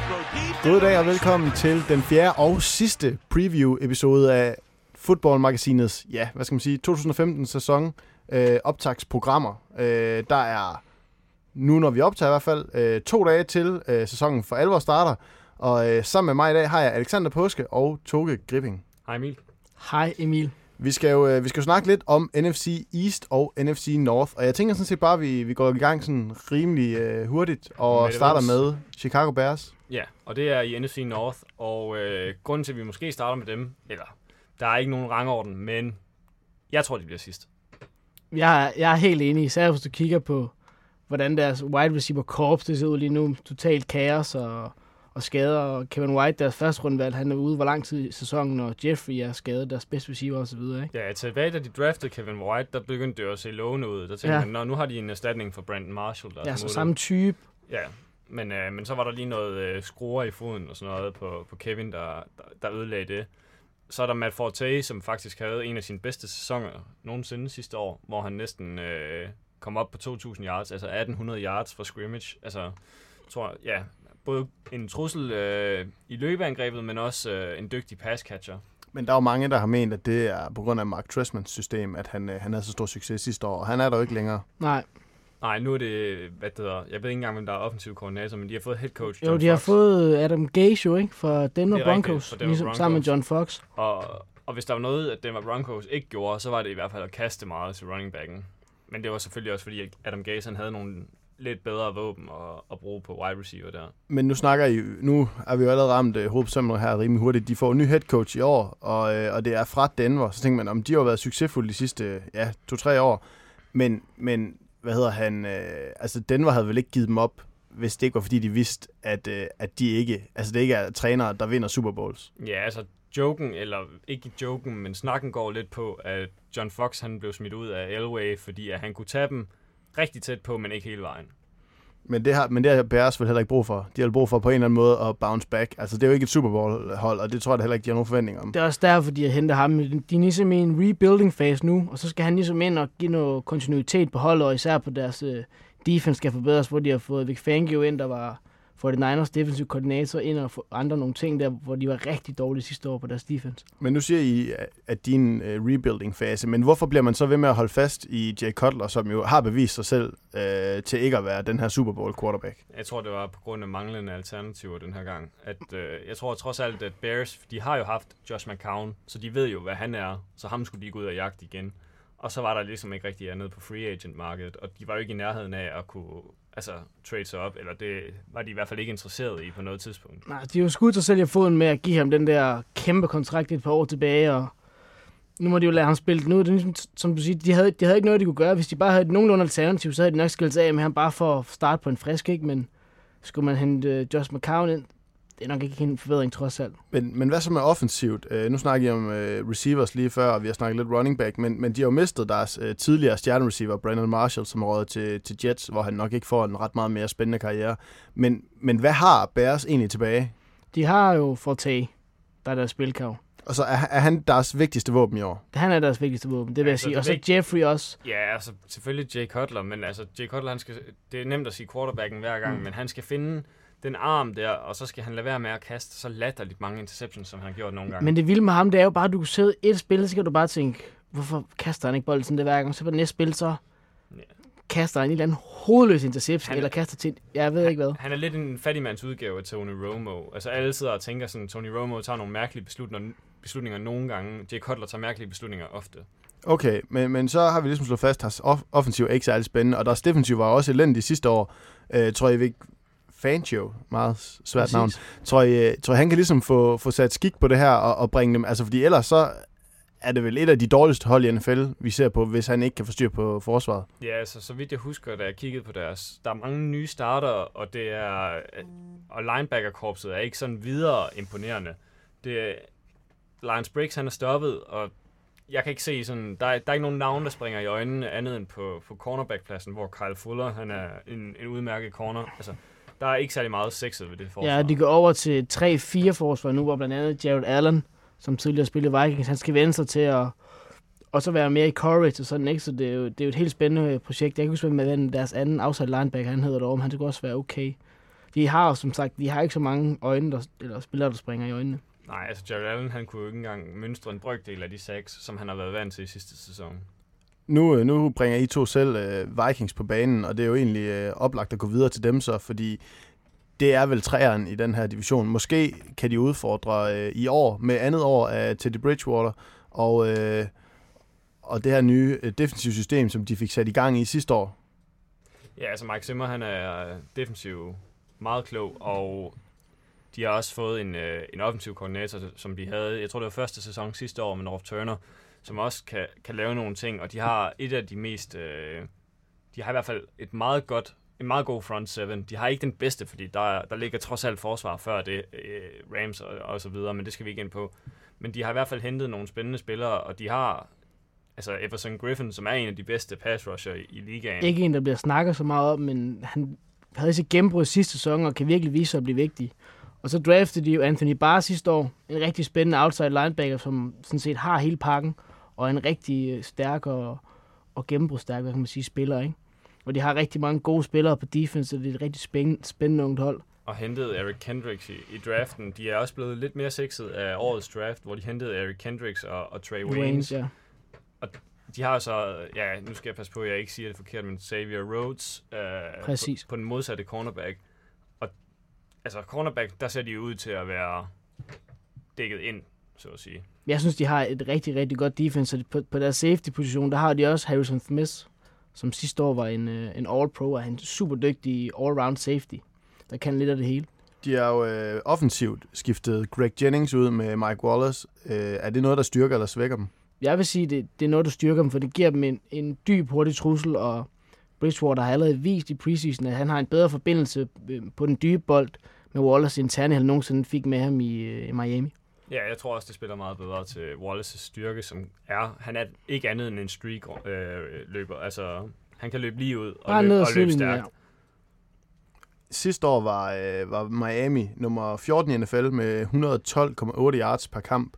God dag og velkommen til den fjerde og sidste preview-episode af Football-magasinets, 2015-sæson optagsprogrammer. Der er nu, når vi optager i hvert fald, 2 dage til sæsonen for alvor starter. Og sammen med mig i dag har jeg Alexander Påske og Toge Gripping. Hej Emil. Hej Emil. Vi skal jo snakke lidt om NFC East og NFC North, og jeg tænker sådan set bare, at vi går i gang sådan rimelig hurtigt og starter med Chicago Bears. Ja, og det er i NFC North, og grunden til, at vi måske starter med dem, eller der er ikke nogen rangorden, men jeg tror, de bliver sidst. Jeg er helt enig, især hvis du kigger på, hvordan deres wide receiver corps det ser ud lige nu. Totalt kaos og skader, og Kevin White, deres første rundevalg, han er ude hvor lang tid i sæsonen, og Jeffrey er skadet, deres bedste receiver osv. Ja, tilbage da de draftede Kevin White, der begyndte det at se lovende ud. Der tænkte man, nu har de en erstatning for Brandon Marshall. Der så samme type. Ja, men så var der lige noget skruer i foden og sådan noget på Kevin, der ødelagde det. Så er der Matt Forte, som faktisk havde en af sine bedste sæsoner nogensinde sidste år, hvor han næsten kom op på 2.000 yards, altså 1.800 yards fra scrimmage. Altså, tror jeg, både en trussel i løbeangrebet, men også en dygtig passcatcher. Men der er jo mange, der har ment, at det er på grund af Mark Trestmans system, at han havde så stor succes sidste år, og han er der jo ikke længere. Nej, nu er det, jeg ved ikke engang, hvem der er offensiv koordinator, men de har fået head coach John Fox. De har fået Adam Gase jo, ikke? For Denver Broncos, ligesom sammen med John Fox. Og hvis der var noget, at Denver Broncos ikke gjorde, så var det i hvert fald at kaste meget til running backen. Men det var selvfølgelig også, fordi Adam Gase han havde nogle lidt bedre våben at bruge på wide receiver der. Men nu er vi jo allerede ramt hovedbesømmer her rimelig hurtigt. De får en ny head coach i år, og det er fra Denver. Så tænker man, om de har været succesfulde de sidste 2-3 år. Men hvad hedder han? Altså Denver havde vel ikke givet dem op, hvis det ikke var fordi de vidste, at de ikke, altså det ikke er trænere, der vinder Super Bowls. Ja, altså joken, eller ikke joken, men snakken går lidt på, at John Fox han blev smidt ud af Elway, fordi at han kunne tage dem rigtig tæt på, men ikke hele vejen. Men det har Bears vel heller ikke brug for. De har brug for på en eller anden måde at bounce back. Altså det er jo ikke et Super Bowl-hold, og det tror jeg heller ikke, de har nogen forventninger om. Det er også derfor, de har hentet ham. De er ligesom i en rebuilding-fase nu, og så skal han ligesom ind og give noget kontinuitet på holdet, og især på deres defense skal forbedres, hvor de har fået Vic Fangio ind, der var 49ers defensive koordinator, ind og andre nogle ting der, hvor de var rigtig dårlige sidste år på deres defense. Men nu siger I, at de er en rebuilding-fase, men hvorfor bliver man så ved med at holde fast i Jay Cutler, som jo har bevist sig selv til ikke at være den her Super Bowl quarterback? Jeg tror, det var på grund af manglende alternativer den her gang. Jeg tror trods alt, at Bears, de har jo haft Josh McCown, så de ved jo, hvad han er, så ham skulle de gå ud og jagte igen. Og så var der ligesom ikke rigtig andet på free agent-markedet, og de var jo ikke i nærheden af at kunne trade sig op, eller det var de i hvert fald ikke interesseret i på noget tidspunkt. Nej, de har jo skudt sig selv i foden med at give ham den der kæmpe kontrakt et par år tilbage, og nu må de jo lade ham spille den ud. Det er ligesom, som du siger, de havde ikke noget, de kunne gøre. Hvis de bare havde et nogenlunde alternativ, så havde de nok skilt sig af med ham bare for at starte på en frisk, ikke? Men skulle man hente Josh McCown ind, det er nok ikke en forbedring trods alt. Men hvad så med offensivt? Nu snakker jeg om receivers lige før, og vi har snakket lidt running back, men de har jo mistet deres tidligere stjernereceiver, Brandon Marshall, som er røget til Jets, hvor han nok ikke får en ret meget mere spændende karriere. Men hvad har Bears egentlig tilbage? De har jo Forte, der er deres spilkav. Og så er han deres vigtigste våben i år? Han er deres vigtigste våben, det vil jeg sige. Og så Jeffrey også. Ja, altså selvfølgelig Jay Cutler, men altså Jay Cutler, det er nemt at sige quarterbacken hver gang, men han skal finde den arm der, og så skal han lade være med at kaste så latterligt mange interceptions, som han har gjort nogle gange. Men det vilde med ham, det er jo bare, at du kan sidde et spil, så kan du bare tænke, hvorfor kaster han ikke bolden sådan det hver gang? Så på det næste spil, så kaster han en eller anden hovedløs interception, eller kaster til, jeg ved ikke hvad. Han er lidt en fattigmands udgave af Tony Romo. Altså alle sidder og tænker sådan, Tony Romo tager nogle mærkelige beslutninger nogle gange. Jay Cutler tager mærkelige beslutninger ofte. Okay, men så har vi ligesom slået fast, at offensiv er ikke særlig spændende, og deres defensiv var også elendig sidste år. Tror jeg ikke Fangio, meget svært navn. Tror jeg, han kan ligesom få sat skik på det her og bringe dem, altså fordi ellers så er det vel et af de dårligste hold i NFL, vi ser på, hvis han ikke kan få styr på forsvaret. Ja, altså så vidt jeg husker, da jeg kiggede på deres, der er mange nye starter, og det er, og linebacker-korpset er ikke sådan videre imponerende. Det Lance Briggs, han er stoppet, og jeg kan ikke se sådan, der er ikke nogen navn, der springer i øjnene andet end på cornerback-pladsen, hvor Kyle Fuller, han er en udmærket corner. Altså, der er ikke særlig meget sexet ved det forsvar. Ja, de går over til 3-4 forsvar nu, hvor blandt andet Jared Allen, som tidligere spillede Vikings, han skal vende sig til at også være mere i coverage og sådan, ikke? Så det er jo et helt spændende projekt. Jeg kan huske, hvad deres anden outside linebacker, han hedder derovre, men han skulle også være okay. De har som sagt, de har ikke så mange øjne, eller spillere, der springer i øjnene. Nej, altså Jared Allen, han kunne jo ikke engang mønstre en brøkdel af de sacks, som han har været vant til i sidste sæson. Nu bringer I to selv Vikings på banen, og det er jo egentlig oplagt at gå videre til dem så, fordi det er vel træeren i den her division. Måske kan de udfordre i år med andet år af Teddy Bridgewater, og det her nye defensive system, som de fik sat i gang i sidste år. Ja, altså Mike Zimmer, han er defensiv meget klog, og de har også fået en offensiv koordinator, som de havde, jeg tror det var første sæson sidste år med North Turner, som også kan lave nogle ting, og de har et af de mest, de har i hvert fald en meget god front seven. De har ikke den bedste, fordi der ligger trods alt forsvar før det, Rams og så videre, men det skal vi ikke ind på. Men de har i hvert fald hentet nogle spændende spillere, og de har altså Everson Griffin, som er en af de bedste pass rusher i ligaen. Ikke en, der bliver snakket så meget om, men han havde sit gennembrud sidste sæson, og kan virkelig vise sig at blive vigtig. Og så draftede de jo Anthony Barr sidste år, en rigtig spændende outside linebacker, som sådan set har hele pakken, og en rigtig stærk og gennembrudsstærk, kan man sige, spiller, ikke? Og de har rigtig mange gode spillere på defense, og det er et rigtig spændende ungt hold. Og hentede Eric Kendricks i draften. De er også blevet lidt mere sexet af årets draft, hvor de hentede Eric Kendricks og Trey Waynes. Ja. Og de har så, ja, nu skal jeg passe på, at jeg ikke siger det forkert, men Xavier Rhodes på den modsatte cornerback. Og altså cornerback, der ser de ud til at være dækket ind, så at sige. Jeg synes, de har et rigtig, rigtig godt defense. På deres safety-position, der har de også Harrison Smith, som sidste år var en all-pro, og en super dygtig all-round safety, der kan lidt af det hele. De har jo offensivt skiftet Greg Jennings ud med Mike Wallace. Er det noget, der styrker eller svækker dem? Jeg vil sige, det er noget, der styrker dem, for det giver dem en dyb, hurtig trussel, og Bridgewater har allerede vist i preseason, at han har en bedre forbindelse på den dybe bold med Wallace, end Tannehill nogensinde fik med ham i Miami. Ja, jeg tror også, det spiller meget bedre til Wallace's styrke, han er ikke andet end en streak-løber. Altså, han kan løbe lige ud og løbe stærkt. Ja. Sidste år var Miami nummer 14 i NFL med 112,8 yards per kamp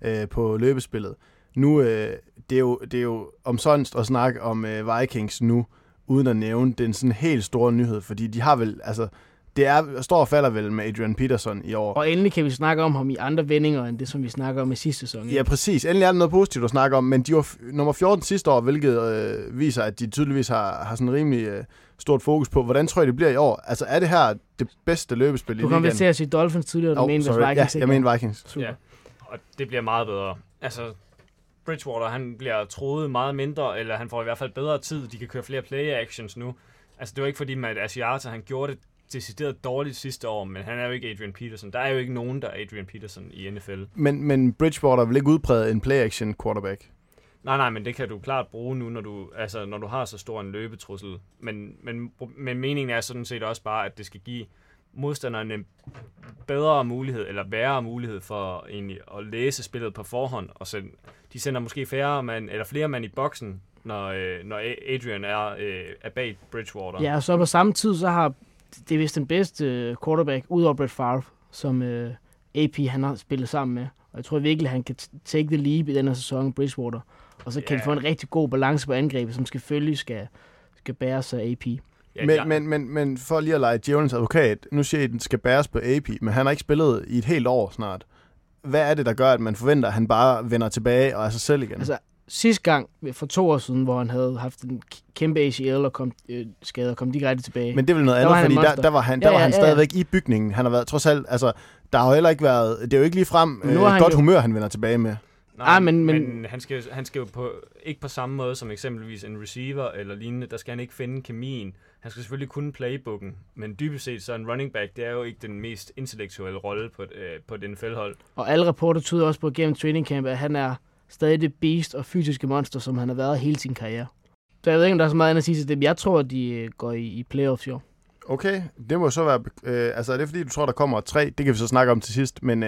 på løbespillet. Nu det er jo omsonst at snakke om Vikings nu, uden at nævne den sådan helt store nyhed, fordi de har vel, altså, står og falder vel med Adrian Peterson i år. Og endelig kan vi snakke om ham i andre vendinger, end det, som vi snakker om i sidste sæson. Ja, præcis. Endelig er der noget positivt at snakke om, men de var nummer 14 sidste år, hvilket viser, at de tydeligvis har sådan rimelig stort fokus på. Hvordan tror jeg, det bliver i år? Altså, er det her det bedste løbespil i ligaen? Du kom vel til at sige Dolphins tidligere, du mente Vikings. Ja, jeg mener Vikings. Super. Ja, og det bliver meget bedre. Altså, Bridgewater, han bliver troet meget mindre, eller han får i hvert fald bedre tid. De kan køre flere play-actions nu. Altså, det var ikke fordi, at Asiata, han gjorde det decideret dårligt sidste år, men han er jo ikke Adrian Peterson. Der er jo ikke nogen, der er Adrian Peterson i NFL. Men Bridgewater vil ikke udpræge en play-action quarterback? Nej, men det kan du klart bruge nu, når du har så stor en løbetrussel. Men meningen er sådan set også bare, at det skal give modstanderne en bedre mulighed, eller værre mulighed for egentlig at læse spillet på forhånd, og de sender måske flere mand i boksen, når Adrian er bag Bridgewater. Ja, og så på samme tid, så har det vist den bedste quarterback, udover Brett Favre, som AP han har spillet sammen med. Og jeg tror virkelig, han kan take the leap i den her sæson, Bridgewater. Og så kan de få en rigtig god balance på angrebet, som selvfølgelig skal bæres af AP. Ja, men for lige at lege djævelens advokat, nu siger I, at den skal bæres på AP, men han har ikke spillet i et helt år snart. Hvad er det, der gør, at man forventer, at han bare vender tilbage og er sig selv igen? Altså, sidste gang, for 2 år siden, hvor han havde haft en kæmpe ACL og skade og kom direkte tilbage. Men det er vel noget andet, fordi der var han stadigvæk i bygningen. Han har været trods alt, altså, der har jo heller ikke været, det er jo ikke lige frem godt humør, han vender tilbage med. Nej, men han skal jo ikke på samme måde som eksempelvis en receiver eller lignende, der skal han ikke finde kemien. Han skal selvfølgelig kunne playbooken, men dybest set så en running back, det er jo ikke den mest intellektuelle rolle på et NFL-hold. Og alle rapporter tyder også på gennem training camp, at han er stadig det beast og fysiske monster, som han har været hele sin karriere. Så jeg ved ikke, om der er så meget andet at sige til dem. Jeg tror, at de går i playoffs i år. Okay, det må så være... altså, er det fordi, du tror, der kommer 3? Det kan vi så snakke om til sidst, men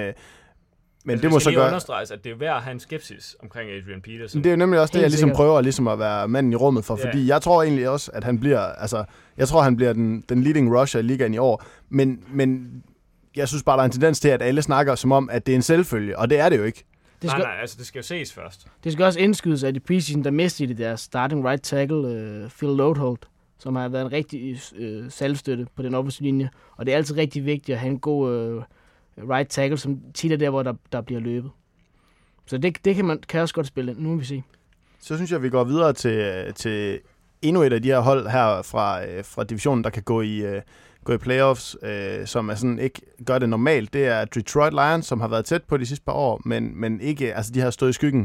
det må så gøre... understreges, at det er værd at have en skepsis omkring Adrian Peterson. Det er jo nemlig også det, jeg ligesom prøver at være manden i rummet for, fordi jeg tror egentlig også, at han bliver... Altså, jeg tror, han bliver den leading rusher i ligaen i år, men jeg synes bare, der er en tendens til, at alle snakker som om, at det er en selvfølge, og det er det jo ikke. Nej, altså det skal jo ses først. Det skal også indskydes, at i preseason, der mistede de deres starting right tackle, Phil Loadholt, som har været en rigtig salgstøtte på den offensive linje. Og det er altid rigtig vigtigt at have en god right tackle, som tit er der, hvor der bliver løbet. Så det kan også godt spille. Nu må vi se. Så synes jeg, at vi går videre til endnu et af de her hold her fra divisionen, der kan gå i playoffs, som er sådan ikke gør det normalt. Det er Detroit Lions, som har været tæt på de sidste par år, men ikke, altså de har stået i skyggen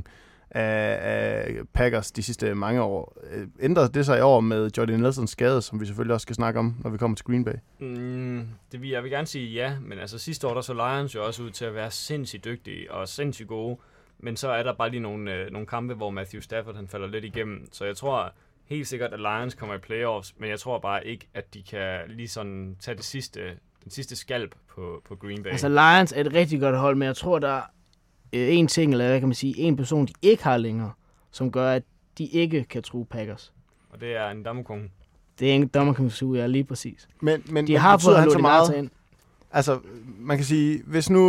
af Packers de sidste mange år. Ændrer det sig i år med Jordan Nelsons skade, som vi selvfølgelig også skal snakke om, når vi kommer til Green Bay? Jeg vil gerne sige ja, men altså sidste år der så Lions jo også ud til at være sindssygt dygtige og sindssygt gode, men så er der bare lige nogle kampe, hvor Matthew Stafford han falder lidt igennem, så jeg tror helt sikkert, at Lions kommer i playoffs, men jeg tror bare ikke, at de kan lige sådan tage den sidste skalp på Green Bay. Altså Lions er et rigtig godt hold, men jeg tror, der er en ting, eller hvad kan man sige, en person, de ikke har længere, som gør, at de ikke kan true Packers. Og det er en dommerkonge. Det er en dommerkonge, ja, lige præcis. Men de har fået han så meget ind. Altså, man kan sige, hvis nu,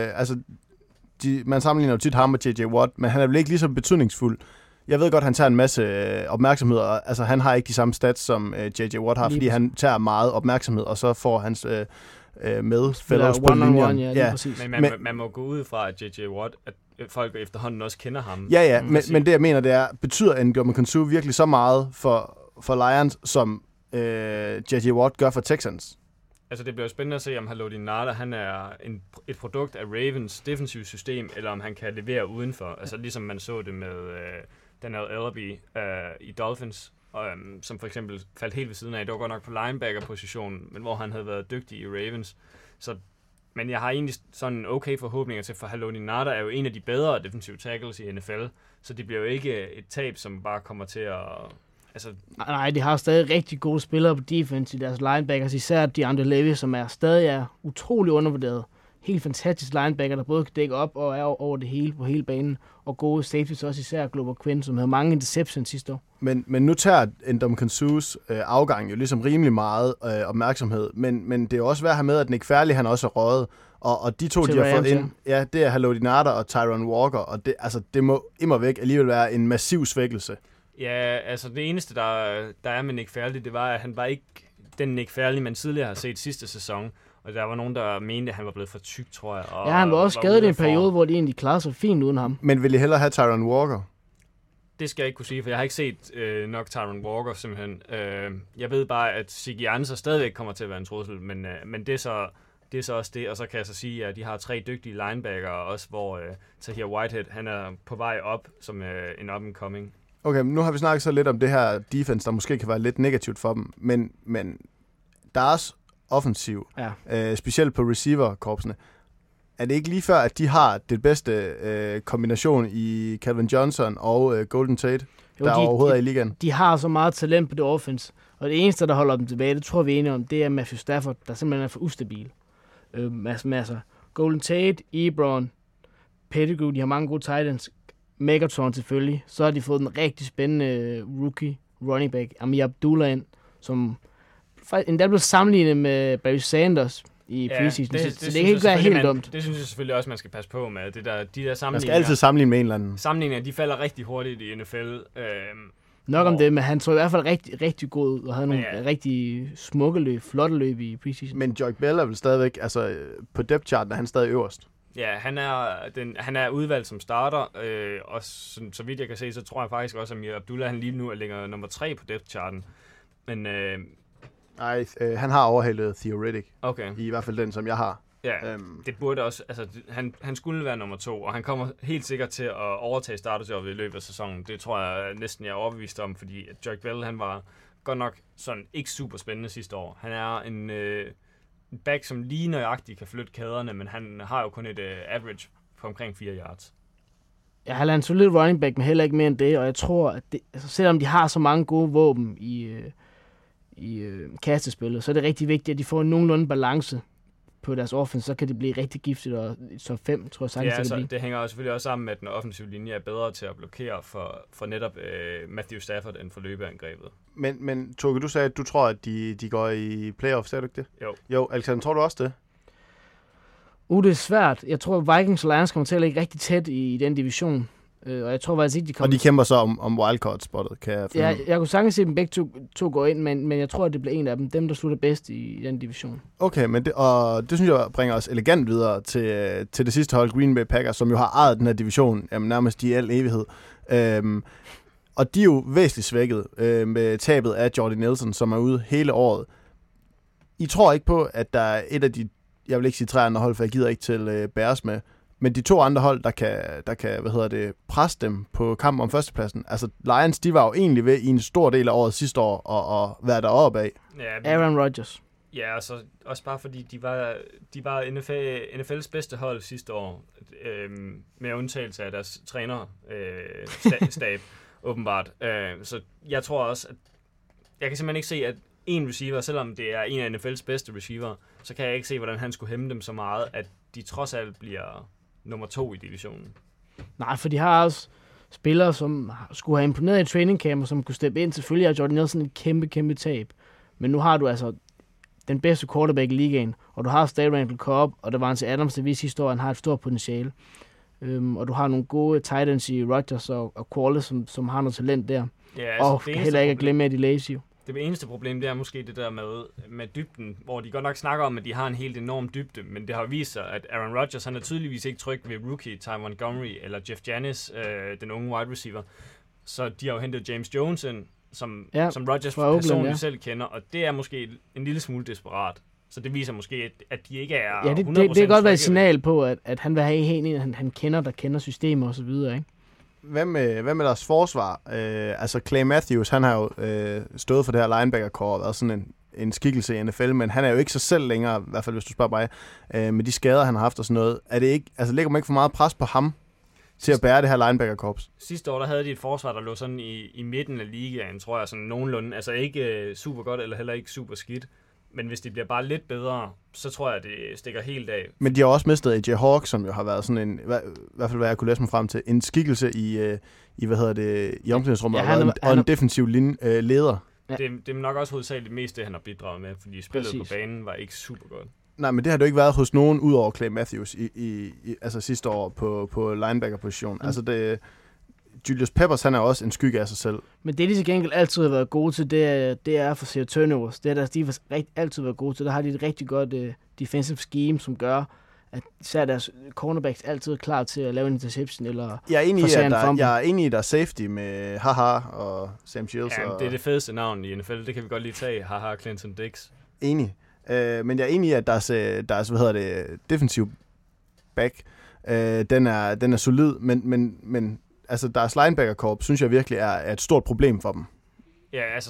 man sammenligner jo tit ham og J.J. Watt, men han er vel ikke lige så betydningsfuld. Jeg ved godt, han tager en masse opmærksomhed, og altså, han har ikke de samme stats, som J.J. Watt har, fordi han tager meget opmærksomhed, og så får hans medfellows på linjen. Ja, men man må gå ud fra, at J.J. Watt, at folk efterhånden også kender ham. Ja, men det jeg mener, det er, betyder Ndamukong Suh virkelig så meget for Lions, som J.J. Watt gør for Texans? Altså, det bliver jo spændende at se, om Haloti Ngata, han er et produkt af Ravens defensive system, eller om han kan levere udenfor. Altså, ligesom man så det med Daniel Ellerbe i Dolphins, som for eksempel faldt helt ved siden af. Det var godt nok på linebacker-positionen, men hvor han havde været dygtig i Ravens. Men jeg har egentlig sådan okay forhåbninger til, for Haloti Ngata er jo en af de bedre defensive tackles i NFL, så det bliver jo ikke et tab, som bare kommer til at... Altså... Nej, de har stadig rigtig gode spillere på defense i deres linebackers, især DeAndre Levy, som stadig er utrolig undervurderet. Helt fantastisk linebacker, der både kan dække op og er over det hele på hele banen, og gode safeties også, især Glover Quinn, som havde mange interceptions sidste år. Men nu tager Ndamukong Suhs afgang jo ligesom rimelig meget opmærksomhed, men det er jo også værd at have med, at Nick Fairley, han også er røget, og de to, de har fået ind, ja, det er Haloti Ngata og Tyron Walker, og det må immer væk alligevel være en massiv svækkelse. Ja, altså det eneste, der er med Nick Fairley, det var, at han var ikke den Nick Fairley, man tidligere har set sidste sæson. Og der var nogen, der mente, at han var blevet for tyk, tror jeg. Og han var også skadet i en periode, hvor de egentlig klarede sig fint uden ham. Men vil I hellere have Tyron Walker? Det skal jeg ikke kunne sige, for jeg har ikke set nok Tyron Walker, simpelthen. Jeg ved bare, at Ziggy Ansah stadigvæk kommer til at være en trussel, men det er så også det. Og så kan jeg så sige, at de har 3 dygtige linebacker, også hvor Tahir Whitehead, han er på vej op som en up-and-coming. Okay, nu har vi snakket så lidt om det her defense, der måske kan være lidt negativt for dem, men deres offensiv, specielt på receiver-korpsene, er det ikke lige før, at de har det bedste kombination i Calvin Johnson og Golden Tate, der overhovedet er i ligaen? De har så meget talent på det offense, og det eneste, der holder dem tilbage, det tror vi er enige om, det er Matthew Stafford, der simpelthen er for ustabil. Masser. Golden Tate, Ebron, Pettigrew, de har mange gode tight ends, Megatron selvfølgelig, så har de fået en rigtig spændende rookie running back, Amir Abdullah ind, som endda blev sammenlignet med Barry Sanders i preseason, så det kan ikke være helt dumt. Det synes jeg selvfølgelig også, man skal passe på med. De der sammenligninger. Man skal altid sammenligne med en eller anden. Sammenligninger, de falder rigtig hurtigt i NFL. Nok om det, men han så i hvert fald rigtig, rigtig god ud, og havde nogle rigtig smukke løb, flotte løb i preseason. Men Jock Bell er vel stadigvæk, altså på depth chart er han stadig øverst. Ja, han er udvalgt som starter, og så vidt jeg kan se, så tror jeg faktisk også, at Amir Abdullah han lige nu ligger nummer 3 på depth-charten. Men... Nej, han har overhalet Theoretic. Okay. I hvert fald den, som jeg har. Ja, det burde også... Altså, han skulle være nummer 2, og han kommer helt sikkert til at overtage starterjobbet i løbet af sæsonen. Det tror jeg næsten, jeg er overbevist om, fordi Jock Bell, han var godt nok sådan ikke super spændende sidste år. Han er en back, som lige nøjagtigt kan flytte kæderne, men han har jo kun et average på omkring 4 yards. Ja, han er en solid running back, men heller ikke mere end det, og jeg tror, at selvom de har så mange gode våben i kastespillet, så er det rigtig vigtigt, at de får en nogenlunde balance på deres offense, så kan det blive rigtig giftigt, og så 5, tror jeg sagtens, det blive. Det hænger jo selvfølgelig også sammen med, at den offensive linje er bedre til at blokere for netop Matthew Stafford end for løbeangrebet. Men Torge, du sagde, at du tror, at de går i playoffs, sagde du ikke det? Jo, Alexander, tror du også det? Det er svært. Jeg tror, Vikings og Lions kommer til at ligge rigtig tæt i den division. Og jeg tror faktisk ikke, de kommer... Og de kæmper så om wildcard-spottet, kan jeg finde. Ja, jeg kunne sagtens se dem begge to gå ind, men jeg tror, at det bliver en af dem, der slutter bedst i den division. Okay, men det synes jeg bringer os elegant videre til det sidste hold, Green Bay Packers, som jo har ejet den her division nærmest i al evighed. Og de er jo væsentligt svækket med tabet af Jordy Nelson, som er ude hele året. I tror ikke på, at der er et af de, jeg vil ikke sige 3 andre hold, for jeg gider ikke til Bears med, men de 2 andre hold, der kan presse dem på kampen om førstepladsen. Altså Lions, de var jo egentlig ved i en stor del af året sidste år og være deroppe af. Ja, Aaron Rodgers. Ja, altså også bare fordi de var NFL's bedste hold sidste år, med undtagelse af deres trænerstab, åbenbart. Så jeg tror også, at jeg kan simpelthen ikke se, at en receiver, selvom det er en af NFL's bedste receiver, så kan jeg ikke se, hvordan han skulle hæmme dem så meget, at de trods alt bliver nummer 2 i divisionen. Nej, for de har også spillere, som skulle have imponeret i training camp, og som kunne steppe ind. Selvfølgelig er Jordy Nelson et kæmpe tab. Men nu har du altså den bedste quarterback i ligaen, og du har stadig Randall Cobb, og der var en til Adams, der viste sidste år, han har et stort potentiale. Og du har nogle gode tight ends i Rodgers og Wallace, som har noget talent der. Ja, altså, og heller ikke at glemme, at de lazy. Det eneste problem, det er måske det der med dybden, hvor de godt nok snakker om, at de har en helt enorm dybde, men det har vist sig, at Aaron Rodgers, han er tydeligvis ikke tryg ved rookie Ty Montgomery eller Jeff Janis, den unge wide receiver. Så de har jo hentet James Jones ind, som Rodgers personligt selv kender, og det er måske en lille smule desperat. Så det viser måske, at de ikke er 100% det kan godt være et signal på, at han vil have en, han kender, der kender systemer og så videre, ikke? Hvad med deres forsvar? Altså Clay Matthews, han har jo stået for det her linebacker-core og været sådan en skikkelse i NFL, men han er jo ikke sig selv længere, i hvert fald hvis du spørger mig, med de skader, han har haft og sådan noget. Er det ikke, altså lægger man ikke for meget pres på ham til at bære det her linebacker-korps? Sidste år, der havde de et forsvar, der lå sådan i midten af ligaen, tror jeg, sådan nogenlunde. Altså ikke super godt, eller heller ikke super skidt. Men hvis det bliver bare lidt bedre, så tror jeg, det stikker helt af. Men de har også mistet AJ Hawk, som jo har været sådan en, i hvert fald hvad jeg kunne læse mig frem til, en skikkelse i omklædningsrummet, og en defensiv leder. Ja. Det er nok også hovedsageligt mest det, han har bidraget med, fordi spillet på banen var ikke super godt. Nej, men det har det jo ikke været hos nogen, udover Clay Matthews, altså sidste år på linebacker-position. Altså Julius Peppers, han er også en skygge af sig selv. Men det, de til gengæld altid har været gode til, det er at forsere turnovers. Det er deres defense altid været gode til. Der har de et rigtig godt defensive scheme, som gør, at især deres cornerbacks altid er klar til at lave en interception eller jeg er enig i, at der er safety med Haha og Sam Shields. Ja, det er det fedeste navn i NFL. Det kan vi godt lige tage. Haha, Clinton Dix. Enig. Men jeg er enig i, at deres defensive back, den er solid, men altså deres linebacker-korps, synes jeg virkelig er et stort problem for dem. Ja, altså,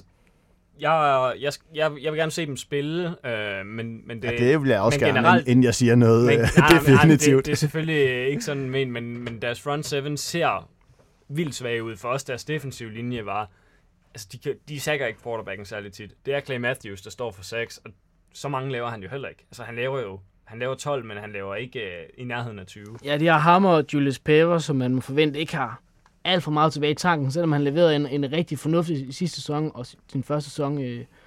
jeg vil gerne se dem spille, men det... Ja, det vil jeg også gerne, inden jeg siger noget definitivt. Det er selvfølgelig ikke sådan men deres front seven ser vildt svage ud. For os, deres defensive linje var... Altså, de sacker ikke quarterbacken særlig tit. Det er Clay Matthews, der står for 6, og så mange laver han jo heller ikke. Altså, han laver 12, men han laver ikke i nærheden af 20. Ja, de har ham og Julius Peppers, som man må forvente ikke har alt for meget tilbage i tanken, selvom han leverede en rigtig fornuftig sidste sæson og sin første sæson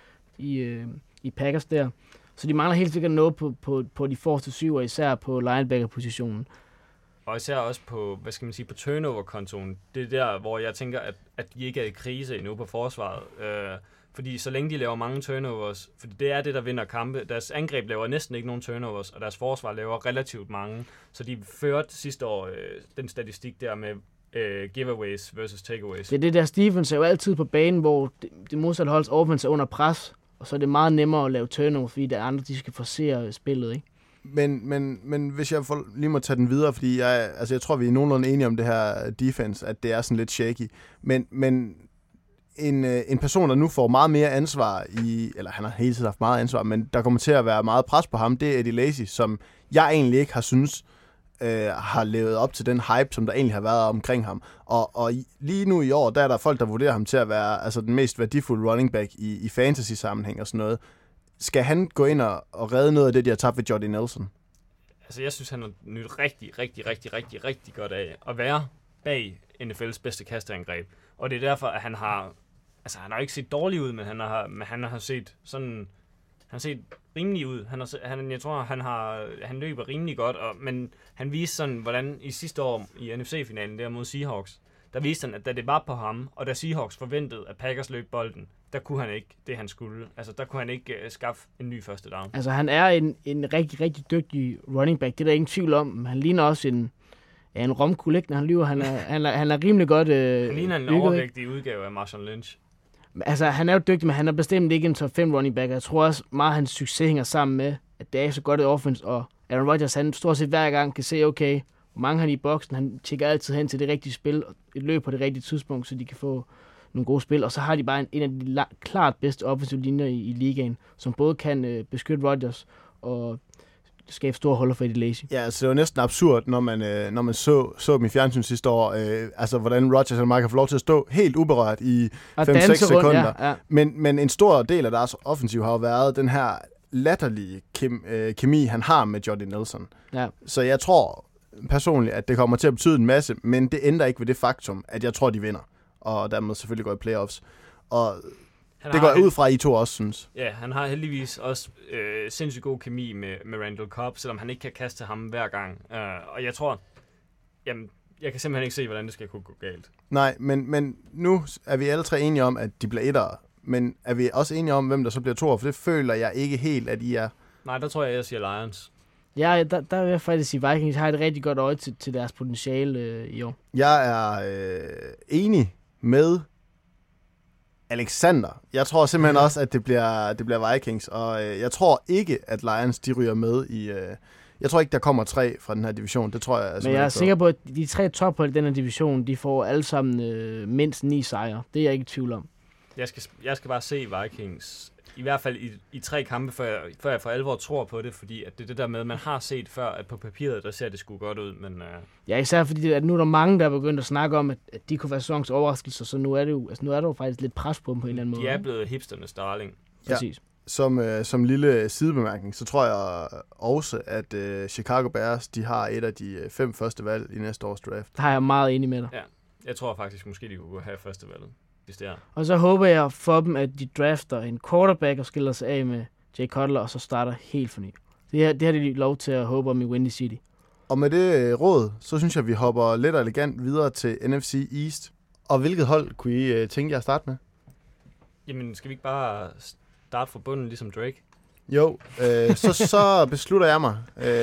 i Packers der. Så de mangler helt sikkert noget på de forreste 7, og især på linebacker-positionen. Og især også på, på turnover-kontoen. Det er der, hvor jeg tænker, at de ikke er i krise endnu på forsvaret. Fordi så længe de laver mange turnovers, fordi det er det, der vinder kampe. Deres angreb laver næsten ikke nogen turnovers, og deres forsvar laver relativt mange. Så de førte sidste år den statistik der med giveaways versus takeaways. Det der Stevens er jo altid på banen, hvor det modsatte holds offense er under pres, og så er det meget nemmere at lave turnover, fordi der er andre, de skal forsere spillet, ikke? Men hvis jeg lige må tage den videre, fordi jeg tror, vi er nogenlunde enige om det her defense, at det er sådan lidt shaky. Men en person, der nu får meget mere ansvar eller han har hele tiden haft meget ansvar, men der kommer til at være meget pres på ham, det er Eddie Lacy, som jeg egentlig ikke har synes har levet op til den hype, som der egentlig har været omkring ham. Og lige nu i år, der er der folk, der vurderer ham til at være altså den mest værdifulde running back i fantasy-sammenhæng og sådan noget. Skal han gå ind og redde noget af det, de har tabt ved Jordy Nelson? Altså, jeg synes, han har nydt rigtig godt af at være bag NFL's bedste kasteangreb. Og det er derfor, at han har ikke set dårlig ud, men han har set sådan har set rimelig ud. Jeg tror, han løber rimelig godt, men han viste sådan, hvordan i sidste år i NFC-finalen der mod Seahawks, der viste han, at da det var på ham, og da Seahawks forventede, at Packers løb bolden, der kunne han ikke det, han skulle. Altså, der kunne han ikke skaffe en ny første down. Altså, han er en rigtig, rigtig dygtig running back. Det er der ingen tvivl om. Han ligner også en romkugle, når han lyver. Han er rimelig godt han ligner en overvægtig udgave af Marshawn Lynch. Altså, han er jo dygtig, men han er bestemt ikke en top 5 running back. Jeg tror også, meget af hans succes hænger sammen med, at det er så godt et offense, og Aaron Rodgers, han stort set hver gang kan se, okay, hvor mange han i boksen. Han tjekker altid hen til det rigtige spil, og et løb på det rigtige tidspunkt, så de kan få nogle gode spil. Og så har de bare en af de klart bedste offensive linjer i ligaen, som både kan beskytte Rodgers og skabe store huller for Eddie Lacy. Ja, altså det var næsten absurd, når man så dem i fjernsyn sidste år. Altså hvordan Rodgers og Mark har fået lov til at stå helt uberørt i 5-6 sekunder. Ja. Men en stor del af deres offensiv har jo været den her latterlige kemi, han har med Jordy Nelson. Ja. Så jeg tror personligt, at det kommer til at betyde en masse, men det ændrer ikke ved det faktum, at jeg tror, de vinder. Og dermed selvfølgelig går i playoffs. Og det går ud fra, I to også, synes. Ja, han har heldigvis også sindssygt god kemi med Randall Cobb, selvom han ikke kan kaste ham hver gang. Og jeg tror, jeg kan simpelthen ikke se, hvordan det skal kunne gå galt. Nej, men nu er vi alle tre enige om, at de bliver ettere. Men er vi også enige om, hvem der så bliver toer? For det føler jeg ikke helt, at I er. Nej, der tror jeg siger Lions. Ja, der vil jeg faktisk sige, Vikings har et rigtig godt øje til deres potentiale i år. Jeg er enig med Alexander. Jeg tror simpelthen også, at det bliver Vikings, og jeg tror ikke, at Lions de ryger med i. Jeg tror ikke, der kommer 3 fra den her division. Det tror jeg. Men jeg er sikker på, at de 3 tophold i den her division, de får alle sammen mindst 9 sejre. Det er jeg ikke i tvivl om. Jeg skal bare se Vikings, i hvert fald i 3 kampe, før jeg for alvor tror på det, fordi at det er det der med, man har set før, at på papiret, der ser det sgu godt ud, men. Ja, især fordi at nu er der mange, der er begyndt at snakke om, at de kunne være sæsonens overraskelser, så nu er det jo, nu er der jo faktisk lidt pres på dem på en eller anden måde. De er blevet hipsternes darling. Ja. Præcis. Som lille sidebemærkning, så tror jeg også, at Chicago Bears, de har et af de 5 første valg i næste års draft. Der er jeg meget enig med dig. Ja, jeg tror faktisk, måske de kunne have første valget. Og så håber jeg for dem, at de drafter en quarterback og skiller sig af med Jay Cutler, og så starter helt for ny. Det har de lov til at håbe om i Windy City. Og med det råd, så synes jeg, vi hopper lidt og elegant videre til NFC East. Og hvilket hold kunne I tænke jer at starte med? Jamen, skal vi ikke bare starte fra bunden, ligesom Drake? Jo, så beslutter jeg mig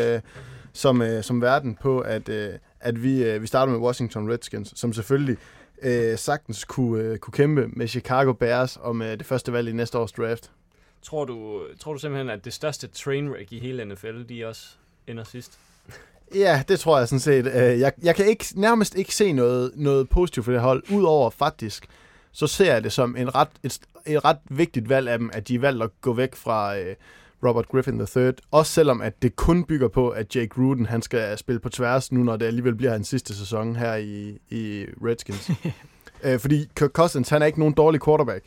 som verden på, at vi starter med Washington Redskins, som selvfølgelig sagtens kunne kæmpe med Chicago Bears om det første valg i næste års draft. Tror du simpelthen, at det største trainwreck i hele NFL, de også ender sidst? Ja, det tror jeg sådan set. Jeg kan nærmest ikke se noget positivt for det hold, udover faktisk, så ser jeg det som et ret vigtigt valg af dem, at de valgte at gå væk fra Robert Griffin III, også selvom at det kun bygger på, at Jake Gruden han skal spille på tværs nu, når det alligevel bliver hans sidste sæson her i Redskins. Fordi Kirk Cousins, han er ikke nogen dårlig quarterback.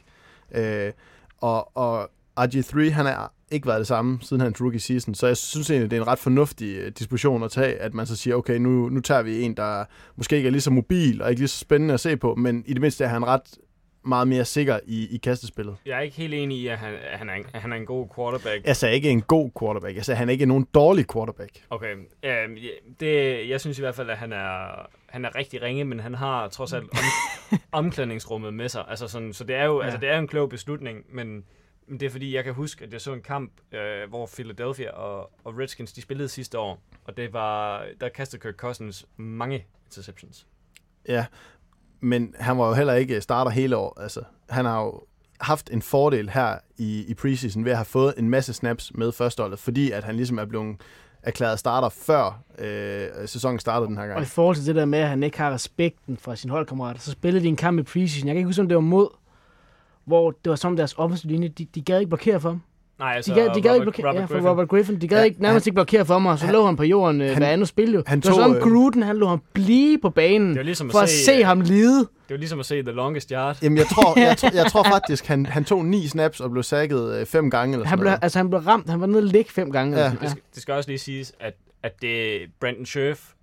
Og RG3, han har ikke været det samme siden hans rookie season, så jeg synes egentlig, det er en ret fornuftig disposition at tage, at man så siger, okay, nu tager vi en, der måske ikke er lige så mobil og ikke lige så spændende at se på, men i det mindste er han ret meget mere sikker i kastespillet. Jeg er ikke helt enig i, at han er en god quarterback. Jeg sagde ikke en god quarterback. Jeg sagde, at han ikke er nogen dårlig quarterback. Okay. Jeg synes i hvert fald, at han er rigtig ringe, men han har trods alt omklædningsrummet med sig. Altså sådan, så det er jo det er en klog beslutning, men det er fordi, jeg kan huske, at jeg så en kamp, hvor Philadelphia og Redskins, de spillede sidste år, og der kastede Kirk Cousins mange interceptions. Ja, men han var jo heller ikke starter hele år. Altså, han har jo haft en fordel her i preseason ved at have fået en masse snaps med førsteholdet, fordi at han ligesom er blevet erklæret starter før sæsonen startede den her gang. Og i forhold til det der med, at han ikke har respekten fra sine holdkammerater, så spillede de en kamp i preseason. Jeg kan ikke huske, om det var mod, hvor det var som deres offensive linje. De gad ikke blokere for ham. Nej, altså de gad ikke blokere for Robert Griffin. De gad ikke nærmest ikke blokere for mig, og så lå han på jorden hver andet spil jo. Det var som Gruden, han lå ham blive på banen ligesom for at se ham lide. Det var ligesom at se The Longest Yard. Jamen, jeg tror faktisk, han tog 9 snaps og blev sacket 5 gange. Eller han blev ramt. Han var nede og ligge 5 gange. Ja. Det skal også lige siges, at det Brandon Scherf,